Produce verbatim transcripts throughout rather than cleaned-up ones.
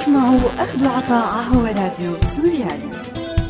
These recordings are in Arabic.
تسمعوا أخذ وعطاء على راديو سوريالي.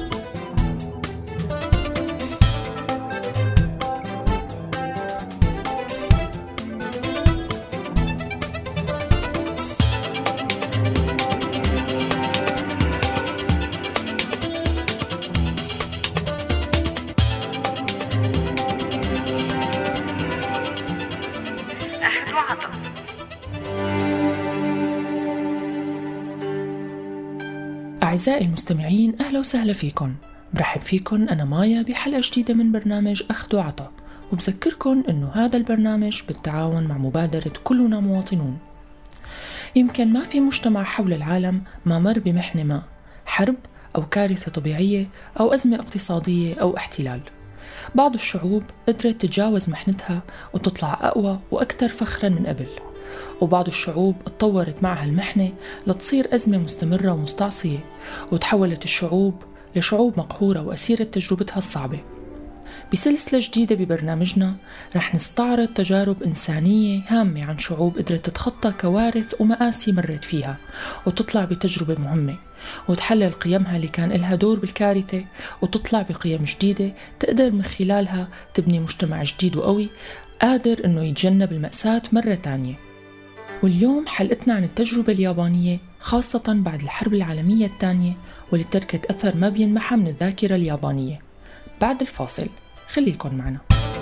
أعزائي المستمعين، أهلا وسهلا فيكم. برحب فيكم أنا مايا بحلقة جديدة من برنامج أخذ وعطاء، وبذكركم أنه هذا البرنامج بالتعاون مع مبادرة كلنا مواطنون. يمكن ما في مجتمع حول العالم ما مر بمحنة ما، حرب أو كارثة طبيعية أو أزمة اقتصادية أو احتلال. بعض الشعوب قدرت تتجاوز محنتها وتطلع أقوى وأكثر فخرا من قبل، وبعض الشعوب اتطورت معها المحنة لتصير أزمة مستمرة ومستعصية، وتحولت الشعوب لشعوب مقهورة وأسيرة تجربتها الصعبة. بسلسلة جديدة ببرنامجنا رح نستعرض تجارب إنسانية هامة عن شعوب قدرت تتخطى كوارث ومآسي مرت فيها وتطلع بتجربة مهمة، وتحلل قيمها اللي كان إلها دور بالكارثة، وتطلع بقيم جديدة تقدر من خلالها تبني مجتمع جديد وقوي قادر إنه يتجنب المأساة مرة تانية. واليوم حلقتنا عن التجربة اليابانية، خاصة بعد الحرب العالمية الثانية، واللي تركت أثر ما بينمحى من الذاكرة اليابانية. بعد الفاصل خليكن معنا.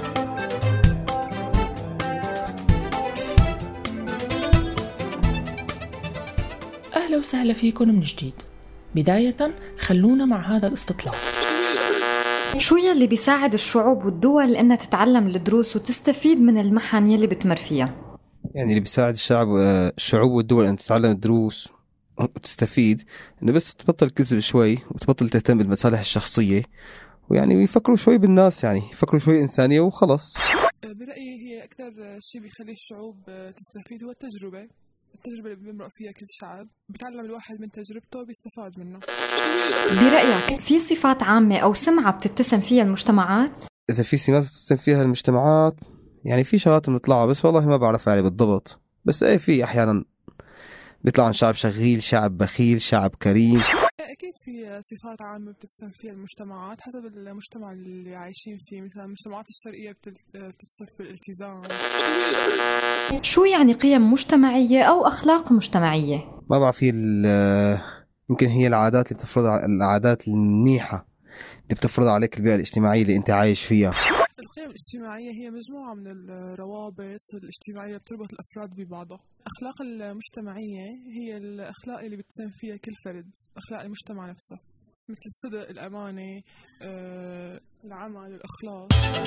أهلا وسهلا فيكم من جديد. بداية خلونا مع هذا الاستطلاع. شو يلي بيساعد الشعوب والدول إنها تتعلم الدروس وتستفيد من المحن يلي بتمر فيها؟ يعني اللي بيساعد الشعب الشعوب والدول أن تتعلم الدروس وتستفيد إنه بس تبطل كذب شوي وتبطل تهتم بالمصالح الشخصية، ويعني يفكروا شوي بالناس، يعني يفكروا شوي إنسانية وخلص. برأيي هي أكثر شيء بيخلي الشعوب تستفيد هو التجربة التجربة اللي بيمرق فيها كل شعب. بيتعلم الواحد من تجربته وبيستفاد منه. برأيك في صفات عامة أو سمعة بتتسم فيها المجتمعات؟ إذا في سمات بتتسم فيها المجتمعات، يعني في شغلات بنطلعها بس والله ما بعرف يعني بالضبط، بس ايه في احيانا بيطلع عن شعب شغيل، شعب بخيل، شعب كريم. اكيد في صفات عامه بتتسم فيها المجتمعات حسب المجتمع اللي عايشين فيه. مثلا المجتمعات الشرقيه بتتصف بالالتزام. شو يعني قيم مجتمعيه او اخلاق مجتمعيه؟ ما بعرف، في يمكن هي العادات اللي بتفرض، العادات المنيحه اللي بتفرض عليك البيئه الاجتماعيه اللي انت عايش فيها. القيم الاجتماعية هي مجموعة من الروابط الاجتماعية بتربط الأفراد ببعضها. الأخلاق المجتمعية هي الأخلاق اللي بتساهم فيها كل فرد، أخلاق المجتمع نفسه، مثل الصدق، الأمانة، آه، العمل، الإخلاص.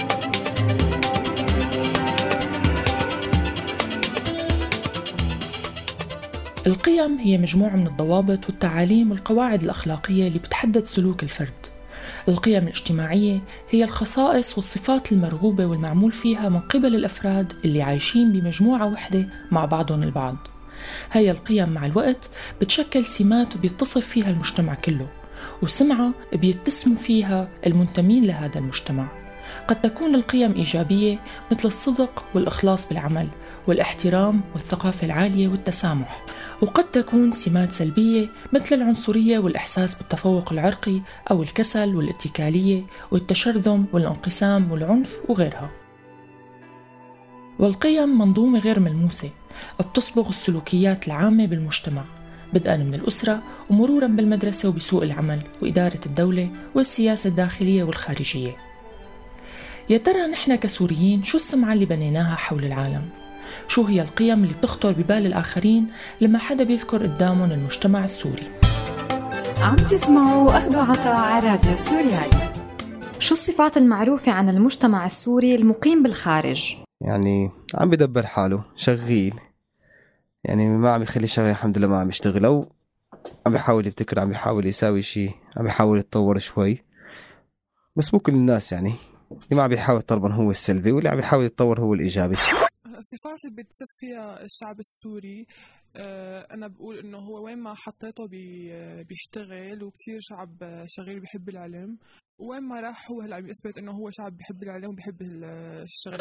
القيم هي مجموعة من الضوابط والتعاليم والقواعد الأخلاقية اللي بتحدد سلوك الفرد. القيم الاجتماعية هي الخصائص والصفات المرغوبة والمعمول فيها من قبل الأفراد اللي عايشين بمجموعة وحدة مع بعضهم البعض. هي القيم مع الوقت بتشكل سمات بيتصف فيها المجتمع كله، وسمعة بيتسموا فيها المنتمين لهذا المجتمع. قد تكون القيم إيجابية مثل الصدق والإخلاص بالعمل والاحترام والثقافة العالية والتسامح، وقد تكون سمات سلبية مثل العنصرية والإحساس بالتفوق العرقي أو الكسل والاتكالية والتشرذم والانقسام والعنف وغيرها. والقيم منظومة غير ملموسة بتصبغ السلوكيات العامة بالمجتمع، بدءا من الأسرة ومرورا بالمدرسة وبسوق العمل وإدارة الدولة والسياسة الداخلية والخارجية. يا ترى نحن كسوريين شو السمعة اللي بنيناها حول العالم؟ شو هي القيم اللي بتخطر ببال الآخرين لما حدا بيذكر قدامهم المجتمع السوري؟ عم تسمعوا أخذ وعطاء على راديو سوريالي. شو الصفات المعروفة عن المجتمع السوري المقيم بالخارج؟ يعني عم بدبر حاله، شغيل، يعني ما عم يخلي شغل، الحمد لله ما عم يشتغل، أو عم يحاول يبتكر، عم يحاول يساوي شيء، عم يحاول يتطور شوي. بس مو كل الناس، يعني اللي ما عم يحاول طلبا هو السلبي، واللي عم يحاول يتطور هو الإيجابي. الصفات اللي بيتصف فيها الشعب السوري، أنا بقول إنه هو وين ما حطيته بيشتغل، وكتير شعب شغيل بيحب العلم، وين ما راح هو هلا بيثبت إنه هو شعب بيحب العلم وبيحب الشغل.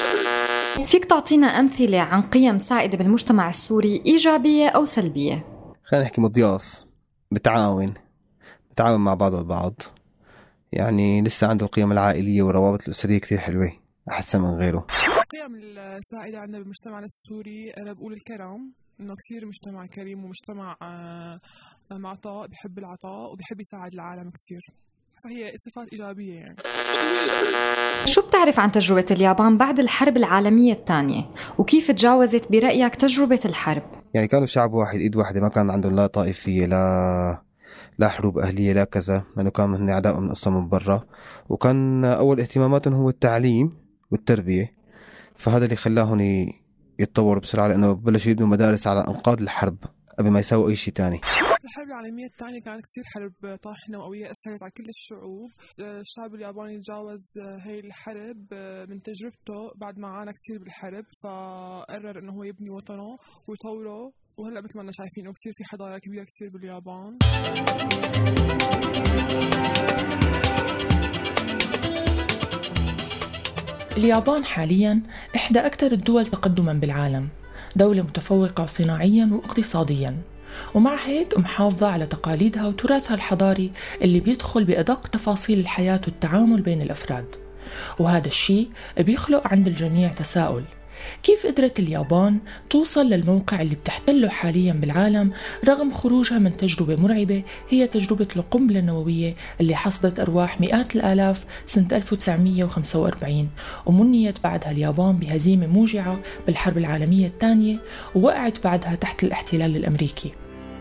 فيك تعطينا أمثلة عن قيم سائدة بالمجتمع السوري إيجابية أو سلبية؟ خلينا نحكي مضياف، بتعاون بتعاون مع بعض البعض، يعني لسه عنده القيم العائلية والروابط الأسرية كتير حلوة أحسن من غيره. القيم السائدة عندنا بمجتمعنا السوري أنا بقول الكرم، إنه كتير مجتمع كريم ومجتمع معطاء، بحب العطاء وبحب يساعد العالم كتير، فهي صفات إيجابية يعني. شو بتعرف عن تجربة اليابان بعد الحرب العالمية الثانية وكيف تجاوزت برأيك تجربة الحرب؟ يعني كانوا شعب واحد إيد واحدة، ما كان عندهم لا طائفية لا لا حروب أهلية لا كذا، لأنه كانوا هن أعداء من أصلا من برا، وكان أول اهتماماتهم هو التعليم والتربية، فهذا اللي خلاهم يتطوروا بسرعة، لأنه بلشوا يبنوا مدارس على أنقاض الحرب قبل ما يسووا أي شيء تاني. الحرب العالمية الثانية كانت كتير حرب طاحنة وقوية، أثرت على كل الشعوب. الشعب الياباني تجاوز هاي الحرب من تجربته بعد ما عانى كتير بالحرب، فقرر إنه هو يبني وطنه ويطوره، وهلأ مثل ما أننا شايفين إنه كتير في حضارة كبيرة كتير باليابان. اليابان حالياً إحدى أكثر الدول تقدماً بالعالم، دولة متفوقة صناعياً واقتصادياً، ومع هيك محافظة على تقاليدها وتراثها الحضاري اللي بيدخل بأدق تفاصيل الحياة والتعامل بين الأفراد. وهذا الشيء بيخلق عند الجميع تساؤل: كيف قدرت اليابان توصل للموقع اللي بتحتله حالياً بالعالم رغم خروجها من تجربة مرعبة هي تجربة القنبلة النووية اللي حصدت أرواح مئات الآلاف سنة ألف وتسعمية وخمسة وأربعين، ومنيت بعدها اليابان بهزيمة موجعة بالحرب العالمية الثانية، ووقعت بعدها تحت الاحتلال الأمريكي.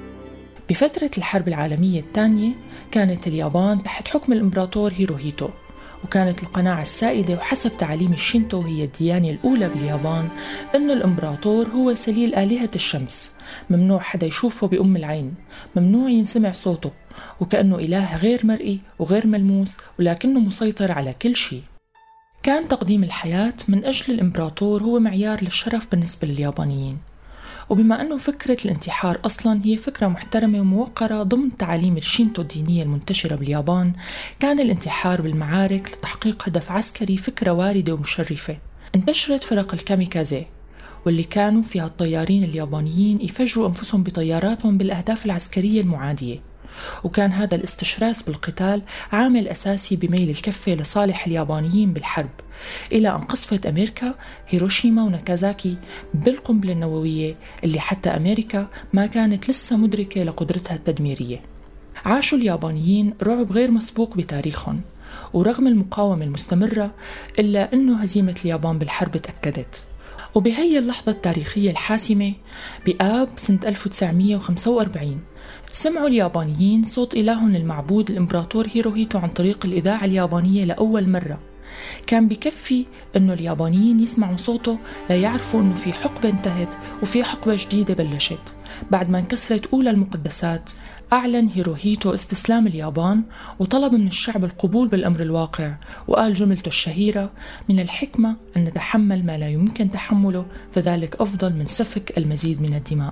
بفترة الحرب العالمية الثانية كانت اليابان تحت حكم الإمبراطور هيروهيتو، وكانت القناعة السائدة وحسب تعاليم الشينتو هي الديانة الأولى باليابان أن الإمبراطور هو سليل آلهة الشمس، ممنوع حدا يشوفه بأم العين، ممنوع ينسمع صوته، وكأنه إله غير مرئي وغير ملموس ولكنه مسيطر على كل شيء. كان تقديم الحياة من أجل الإمبراطور هو معيار للشرف بالنسبة لليابانيين، وبما أنه فكرة الانتحار أصلاً هي فكرة محترمة وموقرة ضمن تعاليم الشينتو الدينية المنتشرة باليابان، كان الانتحار بالمعارك لتحقيق هدف عسكري فكرة واردة ومشرفة. انتشرت فرق الكاميكازي، واللي كانوا فيها الطيارين اليابانيين يفجروا أنفسهم بطياراتهم بالأهداف العسكرية المعادية، وكان هذا الاستشراس بالقتال عامل أساسي بميل الكفة لصالح اليابانيين بالحرب، إلى أن قصفت أمريكا هيروشيما وناكازاكي بالقنبلة النووية اللي حتى أمريكا ما كانت لسه مدركة لقدرتها التدميرية. عاشوا اليابانيين رعب غير مسبوق بتاريخهم، ورغم المقاومة المستمرة إلا أنه هزيمة اليابان بالحرب تأكدت. وبهي اللحظة التاريخية الحاسمة بآب سنة ألف وتسعمية وخمسة وأربعين سمعوا اليابانيين صوت إلههم المعبود الإمبراطور هيروهيتو عن طريق الإذاعة اليابانية لأول مرة. كان بكفي أنه اليابانيين يسمعوا صوته ليعرفوا أنه في حقبة انتهت وفي حقبة جديدة بلشت. بعد ما انكسرت أولى المقدسات، أعلن هيروهيتو استسلام اليابان وطلب من الشعب القبول بالأمر الواقع، وقال جملته الشهيرة: من الحكمة أن نتحمل ما لا يمكن تحمله، فذلك أفضل من سفك المزيد من الدماء.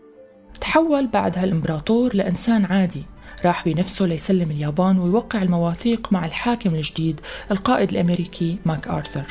تحول بعدها الإمبراطور لإنسان عادي، راح بنفسه ليسلم اليابان ويوقع المواثيق مع الحاكم الجديد القائد الأمريكي ماك آرثر.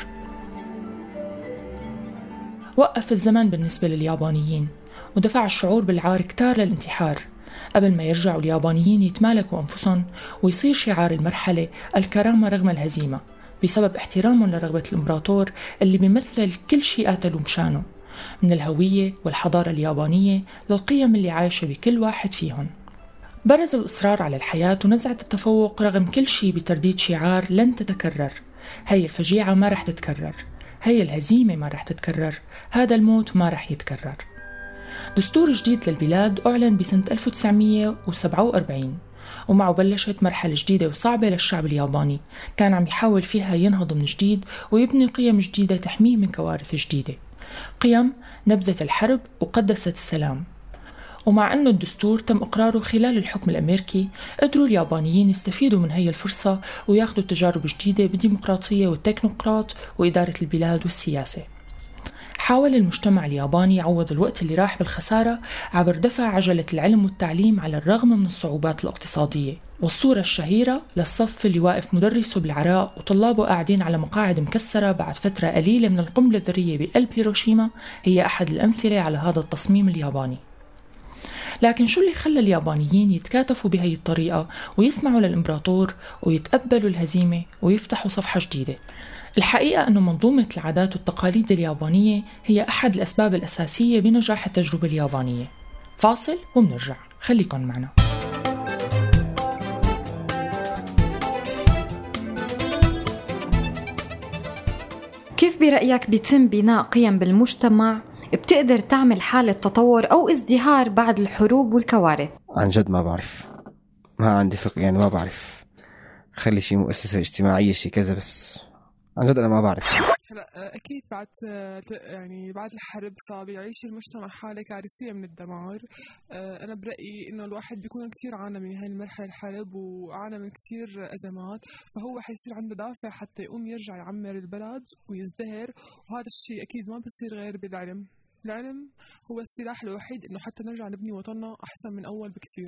وقف الزمن بالنسبة لليابانيين ودفع الشعور بالعار كتار للانتحار، قبل ما يرجعوا اليابانيين يتمالكوا أنفسهم ويصير شعار المرحلة الكرامة رغم الهزيمة، بسبب احترامهم لرغبة الإمبراطور اللي بيمثل كل شيء قاتلوا مشانه، من الهوية والحضارة اليابانية للقيم اللي عايشة بكل واحد فيهم. برز الإصرار على الحياة ونزعة التفوق رغم كل شيء بترديد شعار لن تتكرر، هي الفجيعة ما رح تتكرر، هي الهزيمة ما رح تتكرر، هذا الموت ما رح يتكرر. دستور جديد للبلاد أعلن بسنة ألف وتسعمية وسبعة وأربعين، ومعه بلشت مرحلة جديدة وصعبة للشعب الياباني، كان عم يحاول فيها ينهض من جديد ويبني قيم جديدة تحميه من كوارث جديدة، قيم نبذت الحرب وقدست السلام. ومع أنه الدستور تم إقراره خلال الحكم الأمريكي، قدروا اليابانيين يستفيدوا من هي الفرصة وياخدوا تجارب جديدة بالديمقراطية والتكنوقراط وإدارة البلاد والسياسة. حاول المجتمع الياباني يعوض الوقت اللي راح بالخسارة عبر دفع عجلة العلم والتعليم على الرغم من الصعوبات الاقتصادية، والصورة الشهيرة للصف اللي واقف مدرسه بالعراق وطلابه قاعدين على مقاعد مكسرة بعد فترة قليلة من القنبلة الذرية بقلب هيروشيما هي أحد الأمثلة على هذا التصميم الياباني. لكن شو اللي خلى اليابانيين يتكاتفوا بهي الطريقة ويسمعوا للإمبراطور ويتقبلوا الهزيمة ويفتحوا صفحة جديدة؟ الحقيقة أنه منظومة العادات والتقاليد اليابانية هي أحد الأسباب الأساسية بنجاح التجربة اليابانية. فاصل ومنرجع، خليكن معنا. كيف برأيك بيتم بناء قيم بالمجتمع بتقدر تعمل حالة تطور أو ازدهار بعد الحروب والكوارث؟ عن جد ما بعرف، ما عندي فكرة، يعني ما بعرف. خلي شيء مؤسسة اجتماعية شيء كذا، بس عن جد أنا ما بعرف. هلا اكيد بعد يعني بعد الحرب فبيعيش المجتمع حاله كارثيه من الدمار. انا برايي انه الواحد بيكون كثير عانى من هاي المرحله الحرب وعانى من كثير ازمات، فهو حيصير عنده دافع حتى يقوم يرجع يعمر البلد ويزدهر. وهذا الشيء اكيد ما بصير غير بالعلم. العلم هو السلاح الوحيد انه حتى نرجع نبني وطننا احسن من اول بكثير.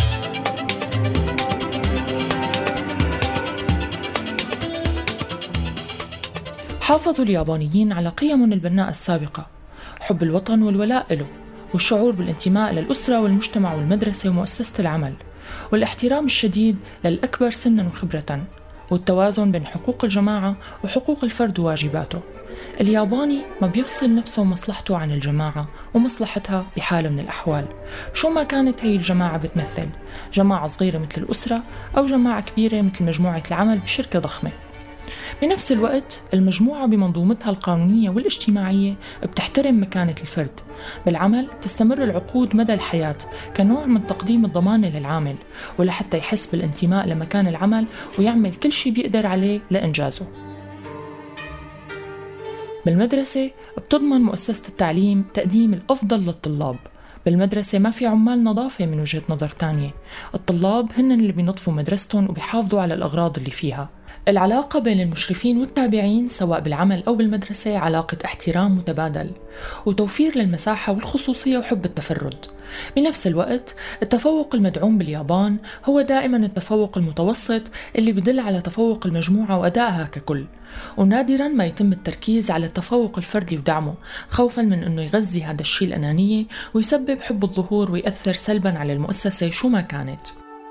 حافظوا اليابانيين على قيمهم البناء السابقة: حب الوطن والولاء له، والشعور بالانتماء للأسرة والمجتمع والمدرسة ومؤسسة العمل، والاحترام الشديد للأكبر سنا وخبرة، والتوازن بين حقوق الجماعة وحقوق الفرد وواجباته. الياباني ما بيفصل نفسه ومصلحته عن الجماعة ومصلحتها بحال من الأحوال، شو ما كانت هي الجماعة بتمثل، جماعة صغيرة مثل الأسرة أو جماعة كبيرة مثل مجموعة العمل بشركة ضخمة. بنفس الوقت المجموعة بمنظومتها القانونية والاجتماعية بتحترم مكانة الفرد. بالعمل تستمر العقود مدى الحياة كنوع من تقديم الضمان للعامل، ولحتى يحس بالانتماء لمكان العمل ويعمل كل شيء بيقدر عليه لإنجازه. بالمدرسة بتضمن مؤسسة التعليم تقديم الأفضل للطلاب. بالمدرسة ما في عمال نظافة من وجهة نظر تانية، الطلاب هن اللي بينظفوا مدرستهم وبيحافظوا على الأغراض اللي فيها. العلاقة بين المشرفين والتابعين سواء بالعمل أو بالمدرسة علاقة احترام متبادل، وتوفير للمساحة والخصوصية وحب التفرد. بنفس الوقت التفوق المدعوم باليابان هو دائما التفوق المتوسط اللي بدل على تفوق المجموعة وأدائها ككل، ونادرا ما يتم التركيز على التفوق الفردي ودعمه، خوفا من أنه يغذي هذا الشيء الأنانية ويسبب حب الظهور ويأثر سلبا على المؤسسة شو ما كانت.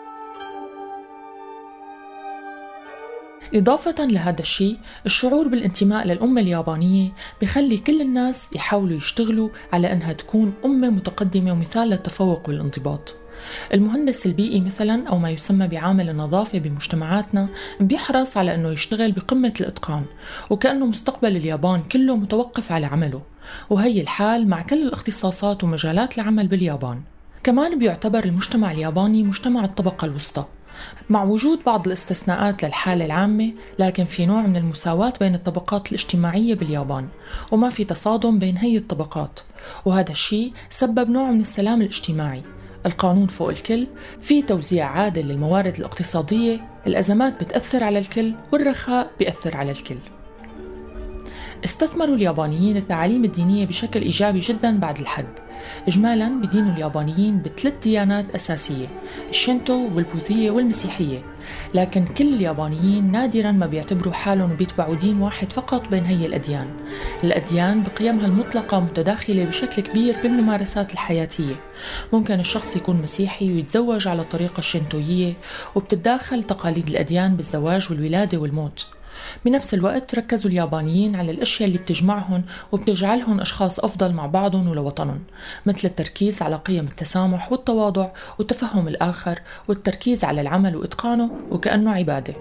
إضافة لهذا الشيء، الشعور بالانتماء للأمة اليابانية بيخلي كل الناس يحاولوا يشتغلوا على أنها تكون أمة متقدمة ومثال للتفوق والانضباط. المهندس البيئي مثلا أو ما يسمى بعامل النظافة بمجتمعاتنا بيحرص على أنه يشتغل بقمة الإتقان، وكأنه مستقبل اليابان كله متوقف على عمله، وهي الحال مع كل الاختصاصات ومجالات العمل باليابان. كمان بيعتبر المجتمع الياباني مجتمع الطبقة الوسطى، مع وجود بعض الاستثناءات للحالة العامة، لكن في نوع من المساواة بين الطبقات الاجتماعية باليابان، وما في تصادم بين هي الطبقات، وهذا الشيء سبب نوع من السلام الاجتماعي. القانون فوق الكل، في توزيع عادل للموارد الاقتصادية، الأزمات بتأثر على الكل والرخاء بيأثر على الكل. استثمروا اليابانيين التعاليم الدينية بشكل إيجابي جدا بعد الحرب. إجمالاً بدينوا اليابانيين بثلاث ديانات أساسية: الشينتو والبوذية والمسيحية، لكن كل اليابانيين نادراً ما بيعتبروا حالهم بيتبعوا دين واحد فقط بين هي الأديان. الأديان بقيمها المطلقة متداخلة بشكل كبير بالممارسات الحياتية. ممكن الشخص يكون مسيحي ويتزوج على الطريقة الشينتوية، وبتتداخل تقاليد الأديان بالزواج والولادة والموت. بنفس الوقت ركزوا اليابانيين على الأشياء اللي بتجمعهم وبتجعلهم أشخاص أفضل مع بعضهم ولوطنهم، مثل التركيز على قيم التسامح والتواضع وتفهم الآخر، والتركيز على العمل وإتقانه وكأنه عبادة.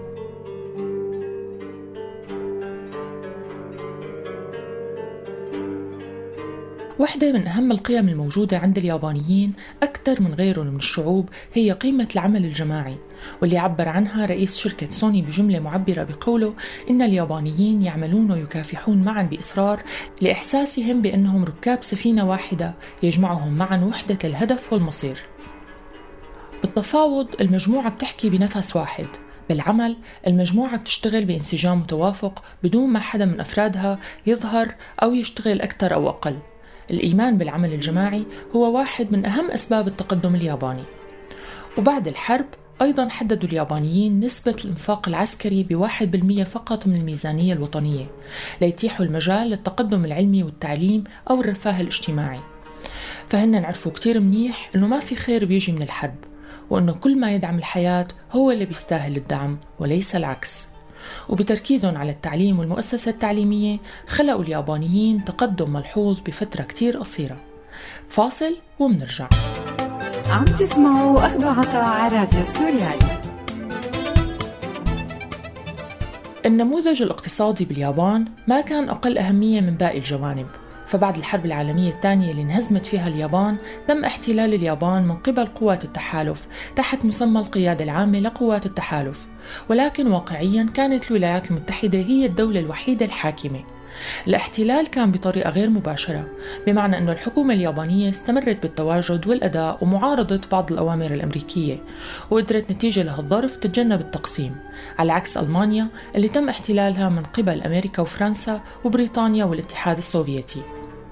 واحدة من أهم القيم الموجودة عند اليابانيين أكثر من غيرهم من الشعوب هي قيمة العمل الجماعي، واللي عبر عنها رئيس شركة سوني بجملة معبرة بقوله: إن اليابانيين يعملون ويكافحون معا بإصرار لإحساسهم بأنهم ركاب سفينة واحدة يجمعهم معا وحدة الهدف والمصير. بالتفاوض المجموعة بتحكي بنفس واحد، بالعمل المجموعة بتشتغل بانسجام متوافق بدون ما حدا من أفرادها يظهر أو يشتغل أكثر أو أقل. الإيمان بالعمل الجماعي هو واحد من أهم أسباب التقدم الياباني. وبعد الحرب أيضاً حددوا اليابانيين نسبة الإنفاق العسكري بواحد بالمية فقط من الميزانية الوطنية ليتيحوا المجال للتقدم العلمي والتعليم أو الرفاه الاجتماعي. فهن عرفوا كتير منيح إنه ما في خير بيجي من الحرب، وإنه كل ما يدعم الحياة هو اللي بيستاهل الدعم وليس العكس. وبتركيزهم على التعليم والمؤسسة التعليمية خلقوا اليابانيين تقدم ملحوظ بفترة كتير قصيرة. فاصل ومنرجع. عم تسمعوا أخذ وعطاء على راديو سوريالي. النموذج الاقتصادي باليابان ما كان أقل أهمية من باقي الجوانب. فبعد الحرب العالمية الثانية اللي انهزمت فيها اليابان، تم احتلال اليابان من قبل قوات التحالف تحت مسمى القيادة العامة لقوات التحالف، ولكن واقعياً كانت الولايات المتحدة هي الدولة الوحيدة الحاكمة. الاحتلال كان بطريقة غير مباشرة، بمعنى أن الحكومة اليابانية استمرت بالتواجد والأداء ومعارضة بعض الأوامر الأمريكية، وقدرت نتيجة لهالظرف تتجنب التقسيم، على عكس ألمانيا اللي تم احتلالها من قبل أمريكا وفرنسا وبريطانيا والاتحاد السوفيتي.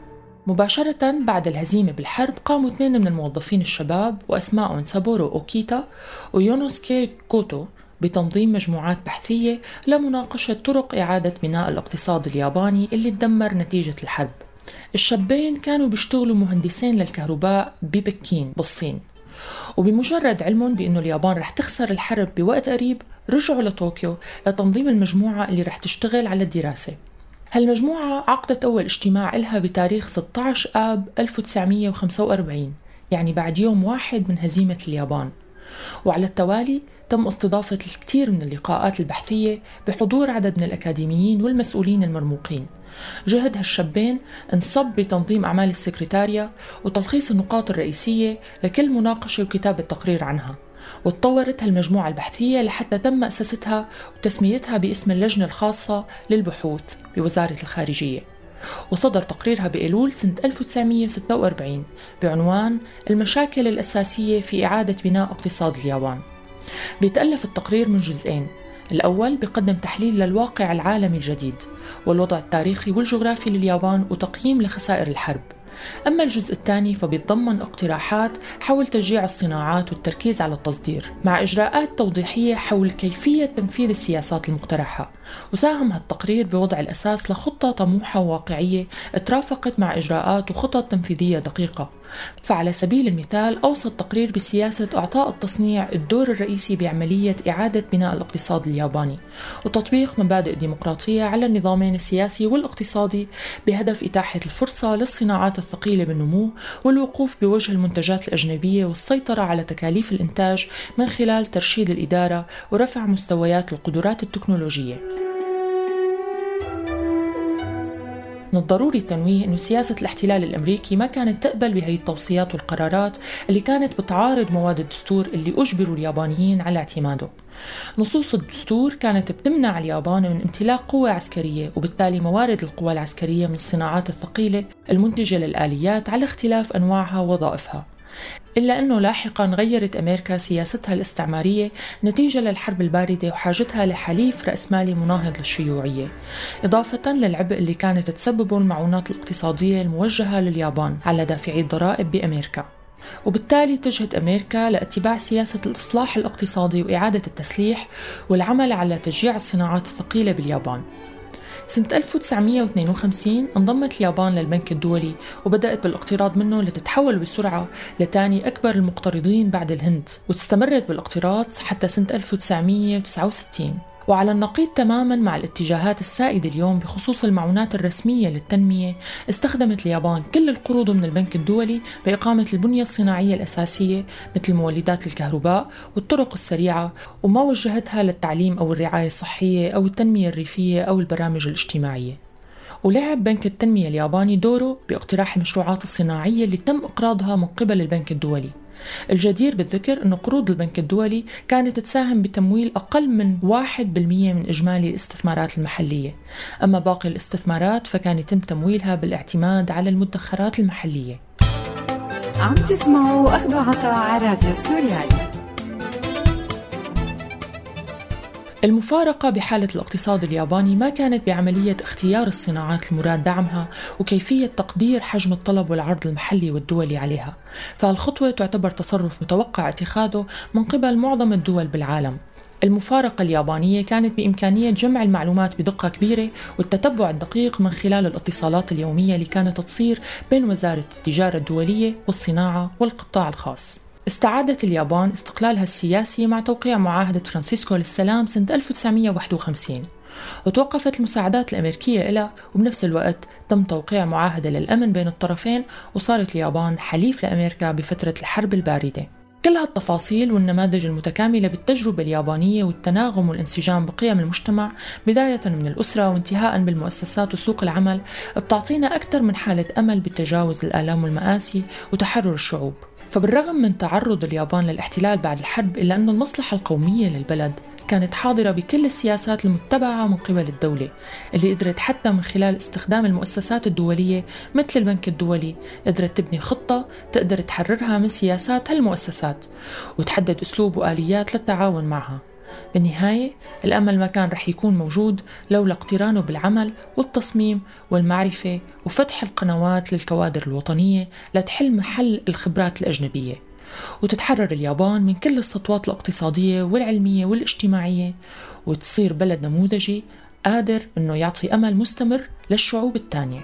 مباشرة بعد الهزيمة بالحرب قاموا اثنين من الموظفين الشباب وأسمائهم سابورو أوكيتا ويونوسكي كوتو بتنظيم مجموعات بحثية لمناقشة طرق إعادة بناء الاقتصاد الياباني اللي تدمر نتيجة الحرب. الشابين كانوا بيشتغلوا مهندسين للكهرباء ببكين بالصين، وبمجرد علمهم بأنه اليابان رح تخسر الحرب بوقت قريب رجعوا لطوكيو لتنظيم المجموعة اللي رح تشتغل على الدراسة. هالمجموعة عقدت أول اجتماع لها بتاريخ ستة عشر آب ألف وتسعمية وخمسة وأربعين، يعني بعد يوم واحد من هزيمة اليابان، وعلى التوالي تم استضافة الكثير من اللقاءات البحثية بحضور عدد من الأكاديميين والمسؤولين المرموقين. جهد هالشابين انصب بتنظيم أعمال السكرتارية وتلخيص النقاط الرئيسية لكل مناقشة وكتابة تقرير عنها، وتطورت هالمجموعة البحثية لحتى تم أسستها وتسميتها باسم اللجنة الخاصة للبحوث بوزارة الخارجية، وصدر تقريرها بأيلول سنة ألف وتسعمية وستة وأربعين بعنوان المشاكل الأساسية في إعادة بناء اقتصاد اليابان. بيتألف التقرير من جزئين، الأول بيقدم تحليل للواقع العالمي الجديد والوضع التاريخي والجغرافي لليابان وتقييم لخسائر الحرب. أما الجزء الثاني فبيتضمن اقتراحات حول تشجيع الصناعات والتركيز على التصدير مع إجراءات توضيحية حول كيفية تنفيذ السياسات المقترحة. وساهم هالتقرير بوضع الأساس لخطة طموحة وواقعية ترافقت مع إجراءات وخطط تنفيذية دقيقة. فعلى سبيل المثال أوصى التقرير بسياسة إعطاء التصنيع الدور الرئيسي بعملية إعادة بناء الاقتصاد الياباني، وتطبيق مبادئ ديمقراطية على النظامين السياسي والاقتصادي بهدف إتاحة الفرصة للصناعات الثقيلة بالنمو والوقوف بوجه المنتجات الأجنبية والسيطرة على تكاليف الإنتاج من خلال ترشيد الإدارة ورفع مستويات القدرات التكنولوجية. من الضروري التنويه أن سياسة الاحتلال الأمريكي ما كانت تقبل بهي التوصيات والقرارات اللي كانت بتعارض مواد الدستور اللي أجبروا اليابانيين على اعتماده. نصوص الدستور كانت بتمنع اليابان من امتلاك قوة عسكرية وبالتالي موارد القوى العسكرية من الصناعات الثقيلة المنتجة للآليات على اختلاف أنواعها ووظائفها. إلا أنه لاحقاً غيرت أمريكا سياستها الاستعمارية نتيجة للحرب الباردة وحاجتها لحليف رأسمالي مناهض للشيوعية، إضافة للعبء اللي كانت تسببه المعونات الاقتصادية الموجهة لليابان على دافعي الضرائب بأمريكا. وبالتالي اتجهت أمريكا لاتباع سياسة الإصلاح الاقتصادي وإعادة التسليح والعمل على تشجيع الصناعات الثقيلة باليابان. سنة ألف وتسعمية واثنين وخمسين انضمت اليابان للبنك الدولي وبدأت بالاقتراض منه لتتحول بسرعة لتاني أكبر المقترضين بعد الهند، واستمرت بالاقتراض حتى سنة ألف وتسعمية وتسعة وستين. وعلى النقيض تماماً مع الاتجاهات السائدة اليوم بخصوص المعونات الرسمية للتنمية، استخدمت اليابان كل القروض من البنك الدولي بإقامة البنية الصناعية الأساسية مثل مولدات الكهرباء والطرق السريعة، وما وجهتها للتعليم أو الرعاية الصحية أو التنمية الريفية أو البرامج الاجتماعية. ولعب بنك التنمية الياباني دوره باقتراح المشروعات الصناعية اللي تم إقراضها من قبل البنك الدولي. الجدير بالذكر أن قروض البنك الدولي كانت تساهم بتمويل أقل من واحد بالمئة من إجمالي الاستثمارات المحلية، أما باقي الاستثمارات فكان يتم تمويلها بالاعتماد على المدخرات المحلية. عم تسمعوا أخذ وعطاء على راديو سوريالي. المفارقة بحالة الاقتصاد الياباني ما كانت بعملية اختيار الصناعات المراد دعمها وكيفية تقدير حجم الطلب والعرض المحلي والدولي عليها، فالخطوة تعتبر تصرف متوقع اتخاذه من قبل معظم الدول بالعالم. المفارقة اليابانية كانت بإمكانية جمع المعلومات بدقة كبيرة والتتبع الدقيق من خلال الاتصالات اليومية اللي كانت تصير بين وزارة التجارة الدولية والصناعة والقطاع الخاص. استعادت اليابان استقلالها السياسي مع توقيع معاهدة فرانسيسكو للسلام سنة ألف وتسعمية وواحد وخمسين، وتوقفت المساعدات الأمريكية إلها، وبنفس الوقت تم توقيع معاهدة للأمن بين الطرفين، وصارت اليابان حليف لأمريكا بفترة الحرب الباردة. كل هالتفاصيل والنماذج المتكاملة بالتجربة اليابانية والتناغم والانسجام بقيم المجتمع بداية من الأسرة وانتهاء بالمؤسسات وسوق العمل بتعطينا أكثر من حالة أمل بتجاوز الآلام والمآسي وتحرر الشعوب. فبالرغم من تعرض اليابان للاحتلال بعد الحرب، إلا أن المصلحة القومية للبلد كانت حاضرة بكل السياسات المتبعة من قبل الدولة، اللي قدرت حتى من خلال استخدام المؤسسات الدولية مثل البنك الدولي قدرت تبني خطة تقدر تحررها من سياسات هالمؤسسات وتحدد أسلوب وآليات للتعاون معها. بالنهاية الأمل ما كان رح يكون موجود لولا اقترانه بالعمل والتصميم والمعرفة وفتح القنوات للكوادر الوطنية لتحل محل الخبرات الأجنبية، وتتحرر اليابان من كل السطوات الاقتصادية والعلمية والاجتماعية، وتصير بلد نموذجي قادر أنه يعطي أمل مستمر للشعوب التانية.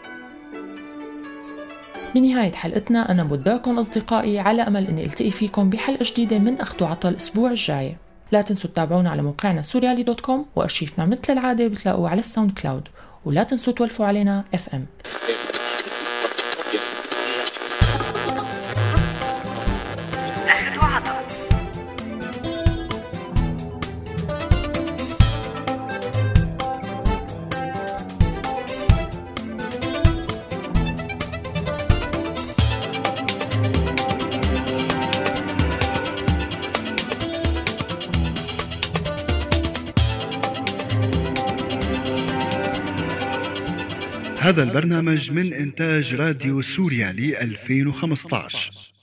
بنهاية حلقتنا أنا بوداكم أصدقائي على أمل أني ألتقي فيكم بحلقة جديدة من أخذ وعطا الأسبوع الجاي. لا تنسوا تتابعونا على موقعنا سوريالي دوت كوم، وأرشيفنا مثل العادة بتلاقوه على الساوند كلاود، ولا تنسوا تولفوا علينا اف ام. هذا البرنامج من إنتاج راديو سوريالي ألفين وخمسة عشر.